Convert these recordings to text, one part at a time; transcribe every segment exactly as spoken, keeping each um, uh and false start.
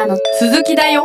の続きだよ。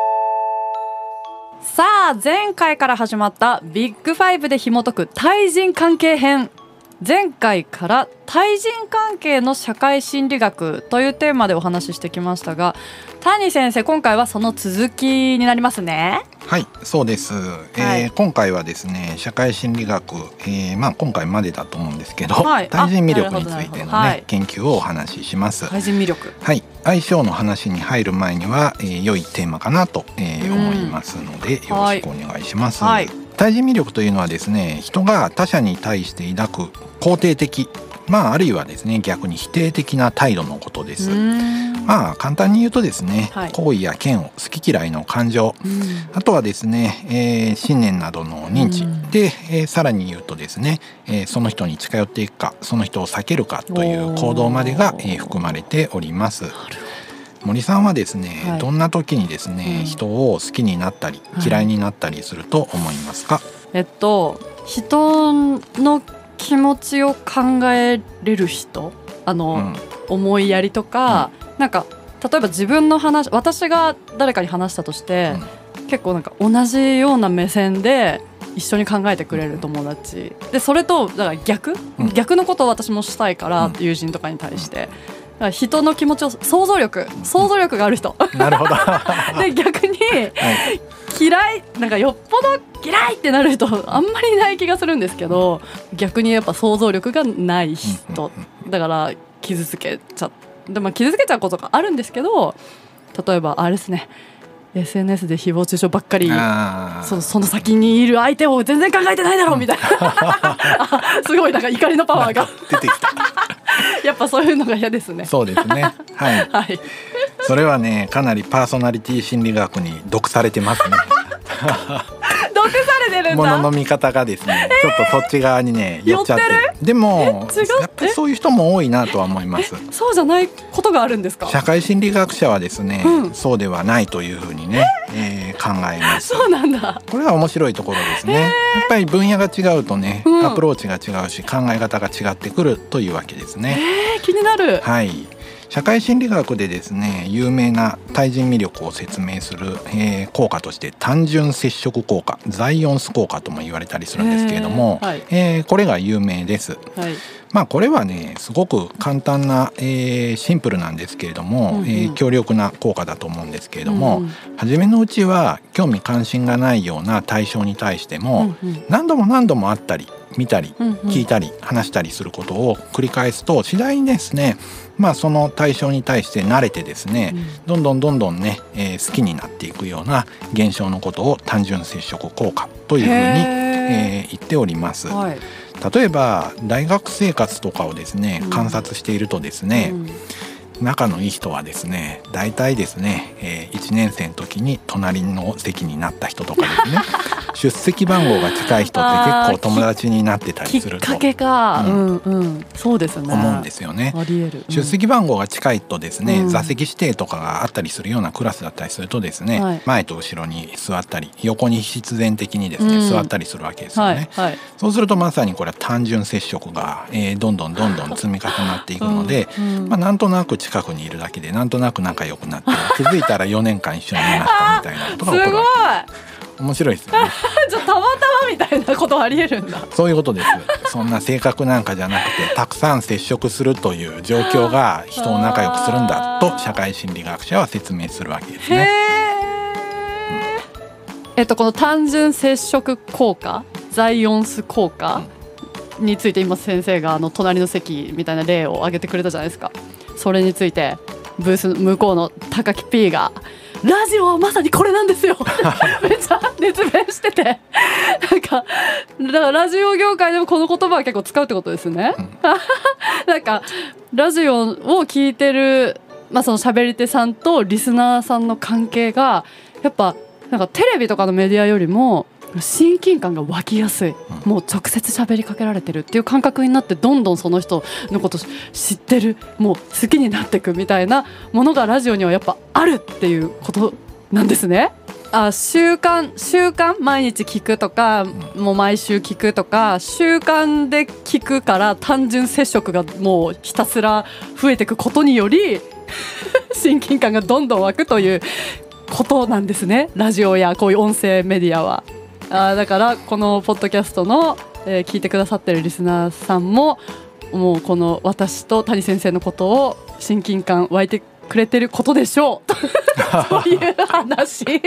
さあ前回から始まったビッグファイブで紐解く対人関係編。前回から対人関係の社会心理学というテーマでお話ししてきましたが、谷先生、今回はその続きになりますね。 はい、そうです、 はいえー、今回はですね社会心理学、えーまあ、今回までだと思うんですけど、 はい、 対人魅力についての、ねはい、 研究をお話しします。 対人魅力、 はい、相性の話に入る前には、えー、良いテーマかなと、えー、思いますのでよろしくお願いします。 はいはい、 対人魅力というのはですね、人が他者に対して抱く肯定的、まああるいはですね逆に否定的な態度のことです。まあ簡単に言うとですね、はい、好意や嫌悪、好き嫌いの感情、あとはですね、えー、信念などの認知で、えー、さらに言うとですね、えー、その人に近寄っていくかその人を避けるかという行動までが、えー、含まれております。森さんはですね、はい、どんな時にですね、うん、人を好きになったり嫌いになったりすると思いますか？はい、 えっと人の気持ちを考えれる人、あの、うん、思いやりとか、うん、なんか例えば自分の話、私が誰かに話したとして、うん、結構なんか同じような目線で一緒に考えてくれる友達で、それとだから逆、うん、逆のことを私もしたいから、うん、友人とかに対して、うん、人の気持ちを想像力想像力がある人、 なるほどで逆に、はい、嫌い、なんかよっぽど嫌いってなる人あんまりいない気がするんですけど、逆にやっぱ想像力がない人だから傷つけちゃで、まあ、傷つけちゃうことがあるんですけど、例えばあれですね、 エスエヌエス で誹謗中傷ばっかり、そ, その先にいる相手を全然考えてないだろうみたいなすごいなんか怒りのパワーが出てきたやっぱそういうのが嫌ですね。 そうですね、はい、はい、それはねかなりパーソナリティ心理学に毒されてますね毒されてるんだ。 物の見方がですね、えー、ちょっとそっち側にね寄っちゃってる。でもやっぱりそういう人も多いなとは思います。 そうじゃないことがあるんですか？ 社会心理学者はですね、うん、そうではないというふうにね、えー、考えます。 そうなんだ。 これは面白いところですね。やっぱり分野が違うとね、うん、アプローチが違うし考え方が違ってくるというわけですね。 えー、気になる。 はい、社会心理学でですね有名な対人魅力を説明する、えー、効果として単純接触効果、ザイオンス効果とも言われたりするんですけれども、はい、えー、これが有名です。はい、まあ、これはねすごく簡単な、えー、シンプルなんですけれども、うんうん、えー、強力な効果だと思うんですけれども、うんうん、初めのうちは興味関心がないような対象に対しても、うんうん、何度も何度も会ったり見たり聞いたり話したりすることを繰り返すと次第にですね、まあ、その対象に対して慣れてですね、うん、どんどんどんどんね、えー、好きになっていくような現象のことを単純接触効果というふうに、えー、言っております。はい、例えば大学生活とかをですね、うん、観察しているとですね、うん、仲のいい人はですね大体ですね、えー、いちねん生の時に隣の席になった人とかですね出席番号が近い人って結構友達になってたりするときっかけか、うんうんうん、そうですね、 思うんですよね。 ありえる、うん、 出席番号が近いとですね、うん、座席指定とかがあったりするようなクラスだったりするとですね、はい、前と後ろに座ったり横に必然的にですね、うん、座ったりするわけですよね。はいはい、そうするとまさにこれは単純接触が、えー、どんどんどんどん積み重なっていくので、うんうん、まあ、なんとなく近くにいるだけでなんとなく仲良くなって気づいたらよねんかん一緒になったみたいなことが起こるわけです。面白いですよねじゃたまたまみたいなことありえるんだ。 そういうことです。そんな性格なんかじゃなくてたくさん接触するという状況が人を仲良くするんだと社会心理学者は説明するわけですね。 うん、えっとこの単純接触効果、ザイオンス効果について今先生があの隣の席みたいな例を挙げてくれたじゃないですか。それについてブース向こうの高木 P がラジオはまさにこれなんですよめっちゃ熱弁しててなんかだからラジオ業界でもこの言葉は結構使うってことですね、うん、なんかラジオを聞いてる、まあ、その喋り手さんとリスナーさんの関係がやっぱなんかテレビとかのメディアよりも親近感が湧きやすい、もう直接喋りかけられてるっていう感覚になってどんどんその人のこと知ってる、もう好きになっていくみたいなものがラジオにはやっぱあるっていうことなんですね。あ、習慣習慣毎日聞くとか、もう毎週聞くとか習慣で聞くから単純接触がもうひたすら増えていくことにより親近感がどんどん湧くということなんですね。ラジオやこういう音声メディアは。あだからこのポッドキャストの、えー、聞いてくださってるリスナーさんももうこの私と谷先生のことを親近感湧いてくれてることでしょうそういう話あだ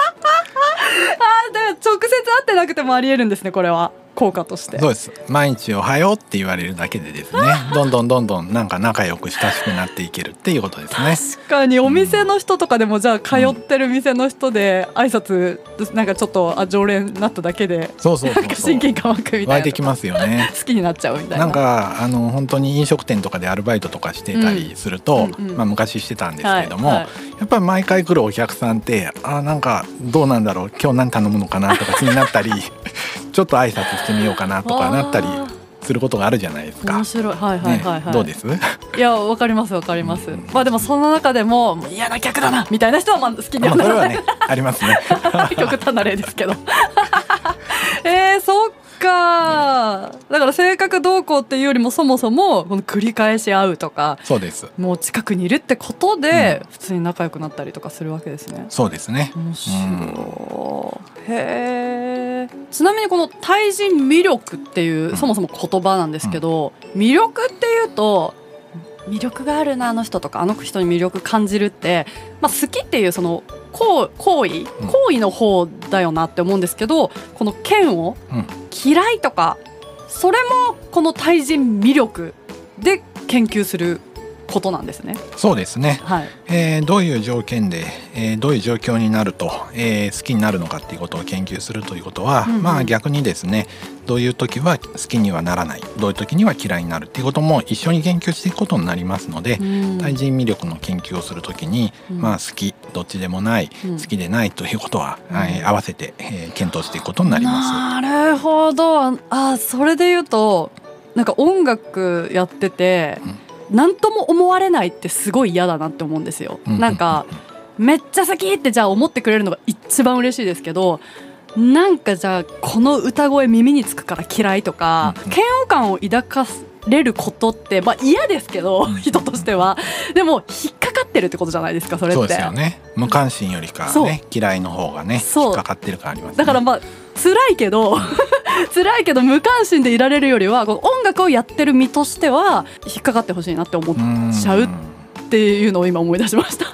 から直接会ってなくてもありえるんですね。これは効果として。 そうです。毎日おはようって言われるだけでですねどんどんどんどんなんか仲良く親しくなっていけるっていうことですね。 確かにお店の人とかでも、うん、じゃあ通ってる店の人で挨拶なんかちょっとあ常連になっただけでそうそうそうそう親近感湧くみたいな。 湧いてきますよね好きになっちゃうみたいな。 なんかあの本当に飲食店とかでアルバイトとかしてたりすると、うんうんうんまあ、昔してたんですけれども、はいはい、やっぱり毎回来るお客さんってあなんかどうなんだろう今日何頼むのかなとか気になったりちょっと挨拶してみようかなとかなったりすることがあるじゃないですか。 面白い、はいはいはい、はいね、 どうですいやわかりますわかります、うん、まあでもその中でも嫌な客だなみたいな人はまあ好きにはならない、 まあ、それはねありますね極端な例ですけどえー、そっかだから性格どうこうっていうよりもそもそもこの繰り返し会うとかそうですもう近くにいるってことで普通に仲良くなったりとかするわけですね、 うん、そうですね面白い、うん、へーちなみにこの対人魅力っていう、うん、そもそも言葉なんですけど、うん、魅力っていうと魅力があるなあの人とかあの人に魅力感じるって、まあ、好きっていうその行為行為の方だよなって思うんですけど、この剣を嫌いとかそれもこの対人魅力で研究することなんですね。 そうですね、 はいえー、どういう条件で、えー、どういう状況になると、えー、好きになるのかっていうことを研究するということは、うんうん、まあ逆にですねどういう時は好きにはならないどういう時には嫌いになるっていうことも一緒に研究していくことになりますので、うん、対人魅力の研究をするときに、うんまあ、好きどっちでもない、うん、好きでないということは、うんはい、合わせて、えー、検討していくことになります。 なるほど。あそれで言うとなんか音楽やってて、うん何とも思われないってすごい嫌だなって思うんですよ、うん、なんかめっちゃ好きってじゃあ思ってくれるのが一番嬉しいですけどなんかじゃあこの歌声耳につくから嫌いとか、うん、嫌悪感を抱かれることってまあ嫌ですけど、うん、人としてはでも引っかかってるってことじゃないですかそれって。 そうですよね。無関心よりかね嫌いの方がね引っかかってる感ありますね。 だからまあ辛いけど辛いけど無関心でいられるよりはこの音楽をやってる身としては引っかかってほしいなって思っちゃうっていうのを今思い出しました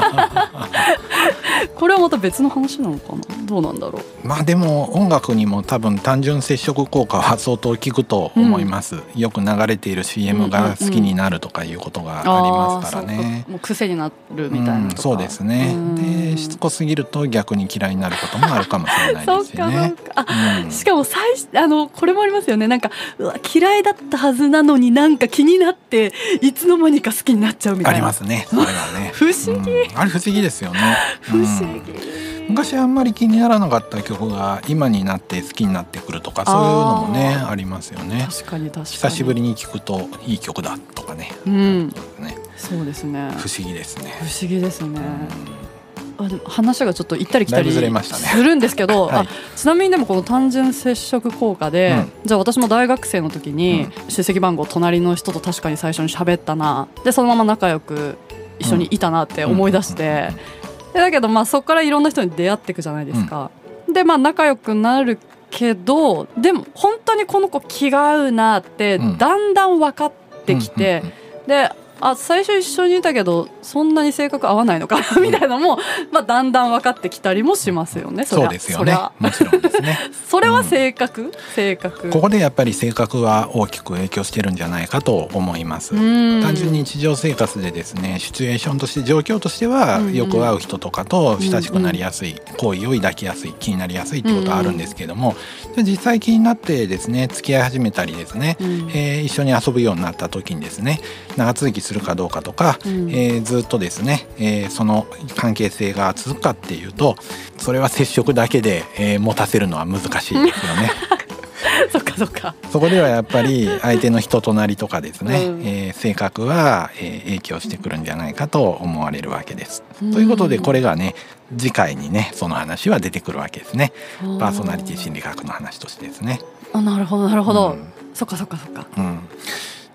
これはまた別の話なのかなどうなんだろう。 まあでも音楽にも多分単純接触効果は相当効くと思います、うん、よく流れている シーエム が好きになるとかいうことがありますからね、うんうんうん、 もう癖になるみたいなとか、 うん、そうですね。でしつこすぎると逆に嫌いになることもあるかもしれないですよねあ、うん、しかも最あのこれもありますよね。なんかうわ嫌いだったはずなのになんか気になっていつの間にか好きになっちゃうみたいな。 ありますねそれはね不思議、 うん、あれ不思議ですよね不思議、うん昔あんまり気にならなかった曲が今になって好きになってくるとかそういうのもね あ, ありますよね。 確かに確かに久しぶりに聴くといい曲だとかね、 うん、ねそうですね。 不思議ですね。 不思議ですね、うん、あでも話がちょっと行ったり来たりするんですけど、 はい、 あちなみにでもこの単純接触効果で、うん、じゃあ私も大学生の時に出席番号隣の人と確かに最初に喋ったなでそのまま仲良く一緒にいたなって思い出して、でだけどまあそこからいろんな人に出会っていくじゃないですか、うん、でまあ仲良くなるけどでも本当にこの子気が合うなってだんだん分かってきて、であ最初一緒にいたけどそんなに性格合わないのかなみたいなのも、まあ、だんだん分かってきたりもしますよね。そそうですよねもちろんですねそれは性格、うん、性格ここでやっぱり性格は大きく影響してるんじゃないかと思います。単純に日常生活でですねシチュエーションとして状況としてはよく会う人とかと親しくなりやすい、好意を抱きやすい気になりやすいってことはあるんですけども、うんうん、実際気になってですね付き合い始めたりですね、うんえー、一緒に遊ぶようになった時にですね長続きするかどうかとか、うんえー、ずっとですね、えー、その関係性が続くかっていうとそれは接触だけで、えー、持たせるのは難しいですよねそっかそっか。 そこではやっぱり相手の人となりとかですね、うんえー、性格は、えー、影響してくるんじゃないかと思われるわけです、うん、ということでこれがね次回にねその話は出てくるわけですね。パーソナリティ心理学の話としてですね。 あなるほどなるほど、うん、そっかそっかそっか、 うん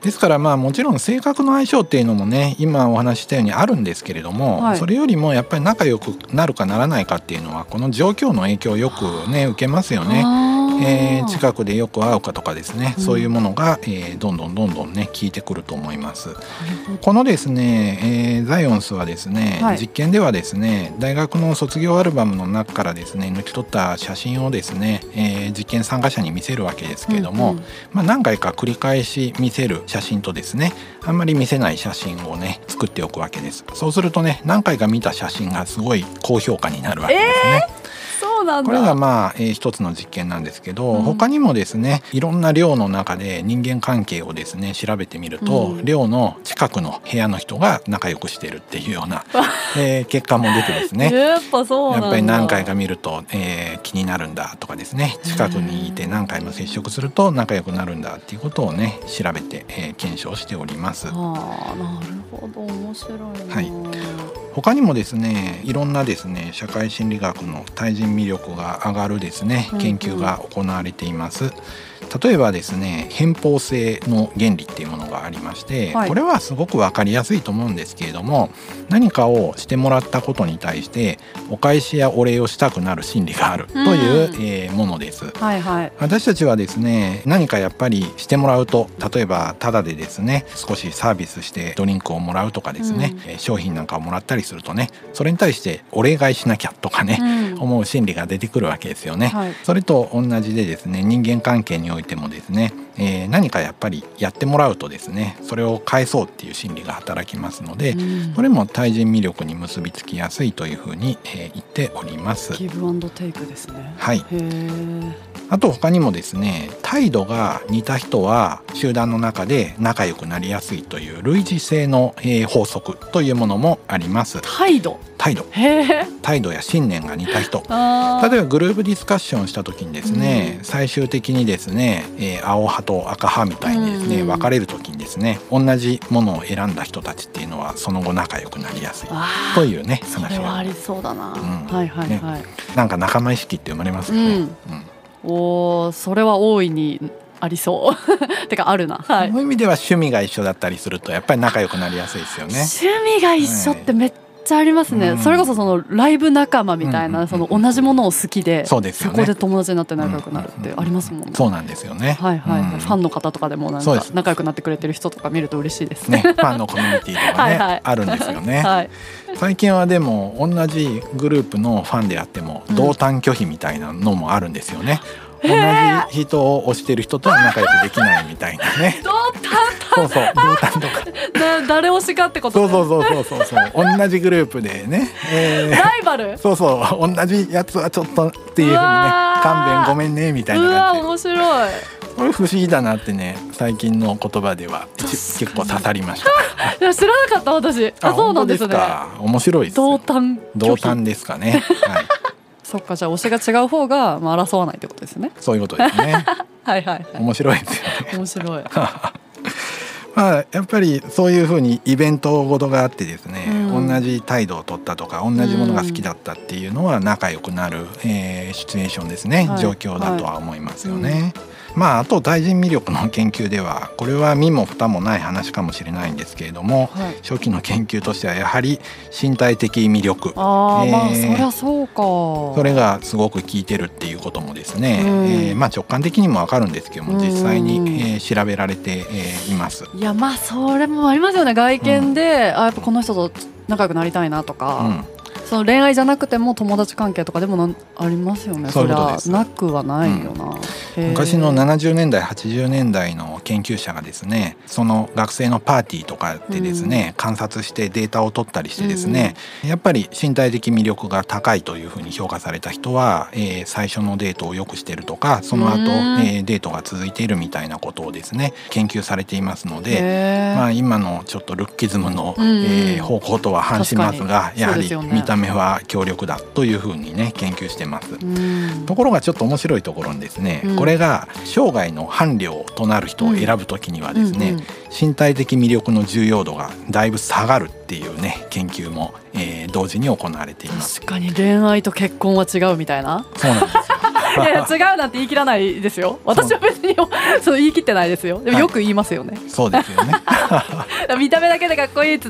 ですからまあもちろん性格の相性っていうのもね今お話ししたようにあるんですけれども、はい、それよりもやっぱり仲良くなるかならないかっていうのはこの状況の影響をよくね受けますよね。えー、近くでよく会うかとかですね、うん、そういうものが、えー、どんどんどんどんね効いてくると思います。このですね、えー、ザイオンスはですね、はい、実験ではですね大学の卒業アルバムの中からですね抜き取った写真をですね、えー、実験参加者に見せるわけですけれども、うんうん、まあ、何回か繰り返し見せる写真とですねあんまり見せない写真をね作っておくわけです。そうするとね何回か見た写真がすごい高評価になるわけですね。 えーそうなんだ。 これがまあ、えー、一つの実験なんですけど、うん、他にもですねいろんな寮の中で人間関係をですね調べてみると、うん、寮の近くの部屋の人が仲良くしてるっていうような、えー、結果も出てですねやっぱそうなんだ。 やっぱり何回か見ると、えー、気になるんだとかですね近くにいて何回も接触すると仲良くなるんだっていうことをね調べて、えー、検証しております。 あ、なるほど、面白いな。 はい、他にもですねいろんなですね社会心理学の対人魅力が上がるですね研究が行われています。うんうん、例えばですね偏方性の原理っていうものがありまして、はい、これはすごく分かりやすいと思うんですけれども何かをしてもらったことに対してお返しやお礼をしたくなる心理があるという、うんえー、ものです。はいはい、私たちはですね何かやっぱりしてもらうと例えばタダでですね少しサービスしてドリンクをもらうとかですね、うん、商品なんかをもらったりするとねそれに対してお礼返しなきゃとかね、うん、思う心理が出てくるわけですよね。はい、それと同じでですね人間関係においてもですね、えー、何かやっぱりやってもらうとですねそれを返そうっていう心理が働きますので、うん、それも対人魅力に結びつきやすいというふうに、えー、言っております。 ギブアンドテイクですね。 はい。へー。あと他にもですね態度が似た人は集団の中で仲良くなりやすいという類似性の、えー、法則というものもあります。 態度態度態度や信念が似た人例えばグループディスカッションした時にですね、うん、最終的にですね、えー、青派と赤派みたいにですね、うん、分かれる時にですね同じものを選んだ人たちっていうのはその後仲良くなりやすいというね話がそれはありそうだな、うん、はいはいはい、ね、 なんか仲間意識って生まれますよね、うんうん、 おそれは大いにありそうてかあるな、はい、 そういう意味では趣味が一緒だったりするとやっぱり仲良くなりやすいですよね。 趣味が一緒ってめっちゃありますね、うん、それこそそのライブ仲間みたいな、うんうんうん、その同じものを好きで、そうですよね、そこで友達になって仲良くなるってありますもんね、うんうんうん、 そうなんですよね、 はいはい、うん、ファンの方とかでもなんか仲良くなってくれてる人とか見ると嬉しいですね。 ね、ファンのコミュニティとかねはい、はい、あるんですよね、はい、最近はでも同じグループのファンであっても同担拒否みたいなのもあるんですよね、うん、同じ人を推してる人とは仲良くできないみたいなね同担そうそう同担とか誰推しかってこと、 ね、そうそうそうそうそう同じグループでね、 えー、ライバルそうそう同じやつはちょっとっていうふうにね勘弁ごめんねみたいな感じで。 うわ面白い。 これ不思議だなってね最近の言葉では結構刺さりました。 いや知らなかった私。あ、そうなんですね。 面白いです。 同担同担ですかね。はい。 そっか、じゃあ推しが違う方が、まあ、争わないってことですね。 そういうことですね。 はいはい、はい、 面白いですよね。 面白い。 まあ、やっぱりそういうふうにイベントごとがあってですね、うん、同じ態度を取ったとか同じものが好きだったっていうのは仲良くなる、えー、シチュエーションですね、はい、状況だとは思いますよね、はい、うん、まあ、あと対人魅力の研究ではこれは身も蓋もない話かもしれないんですけれども、はい、初期の研究としてはやはり身体的魅力、 あ、えー、まあそりゃそうか、 それがすごく効いてるっていうこともですね、うん、えーまあ、直感的にも分かるんですけども実際に、えー、調べられて、えー、います。 いや、まあそれもありますよね。外見で、うん、あやっぱこの人と仲良くなりたいなとか、うん、その恋愛じゃなくても友達関係とかでもなありますよね。 そういうことです。 そりゃなくはないよな、 うん、昔のななじゅうねんだいはちじゅうねんだいの研究者がですねその学生のパーティーとかでですね、うん、観察してデータを取ったりしてですね、うん、やっぱり身体的魅力が高いというふうに評価された人は、えー、最初のデートをよくしているとかその後、うん、えー、デートが続いているみたいなことをですね研究されていますので、まあ、今のちょっとルッキズムの、うん、えー、方向とは反しますがやはり見た目は強力だというふうにね研究してます、うん、ところがちょっと面白いところにですね、うん、これが生涯の伴侶となる人を選ぶときにはですね、うんうんうん、身体的魅力の重要度がだいぶ下がるっていうね研究も、えー、同時に行われています。 確かに恋愛と結婚は違うみたいな。 そうなんですよやいや違うなんて言い切らないですよ。私は別にそう言い切ってないですよ。でもよく言いますよね、はい、 そうですよね見た目だけでかっこいいっつって、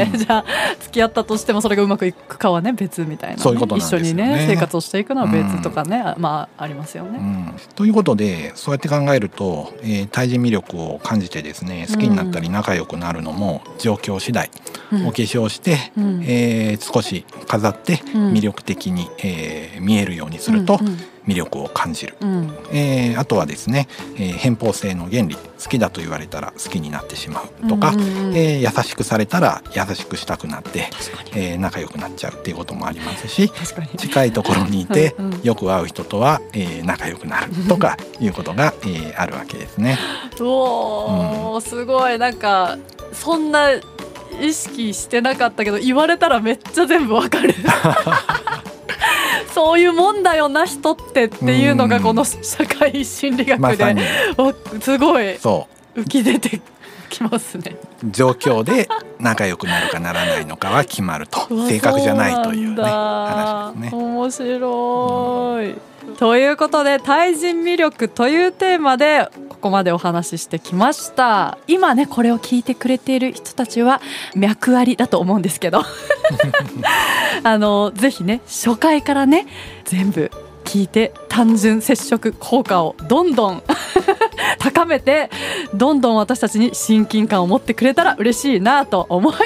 うん、じゃあ付き合ったとしてもそれがうまくいくかはね別みたいな、ね、 そういうことなんですよね。 一緒にね生活をしていくのは別とかね、うん、まあありますよね、 うん、ということでそうやって考えると、えー、対人魅力を感じてですね好きになったり仲良くなるのも状況次第、うん、お化粧して、うんえー、少し飾って魅力的に、えー、見えるようにすると魅力を感じる、うんえー、あとはですね、えー、偏方性の原理好きだと言われたら好きになってしまうとか、うんうんうんえー、優しくされたら優しくしたくなって、えー、仲良くなっちゃうっていうこともありますし近いところにいてうん、うん、よく会う人とは、えー、仲良くなるとかいうことが、えー、あるわけですね。 おー、うん、すごいなんかそんな意識してなかったけど言われたらめっちゃ全部わかるそういうもんだよな人ってっていうのがこの社会心理学で、ま、すごい浮き出てきますね。 状況で仲良くなるかならないのかは決まると正確じゃないというね話ですね。 面白い、うん、ということで対人魅力というテーマでここまでお話ししてきました。今ねこれを聞いてくれている人たちは脈ありだと思うんですけどあのぜひね初回からね全部聞いて単純接触効果をどんどん高めてどんどん私たちに親近感を持ってくれたら嬉しいなと思います、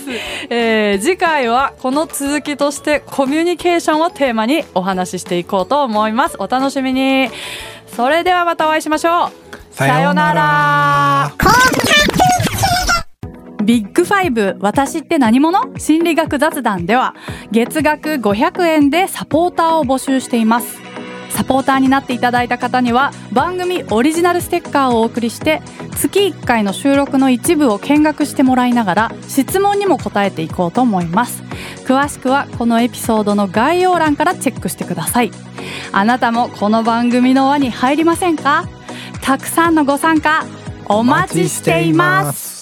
えー、次回はこの続きとしてコミュニケーションをテーマにお話ししていこうと思います。お楽しみに。それではまたお会いしましょう。 さようなら。 ビッグファイブ私って何者？心理学雑談では月額ごひゃくえんでサポーターを募集しています。サポーターになっていただいた方には番組オリジナルステッカーをお送りして月いっかいの収録の一部を見学してもらいながら質問にも答えていこうと思います。詳しくはこのエピソードの概要欄からチェックしてください。あなたもこの番組の輪に入りませんか？たくさんのご参加お待ちしています。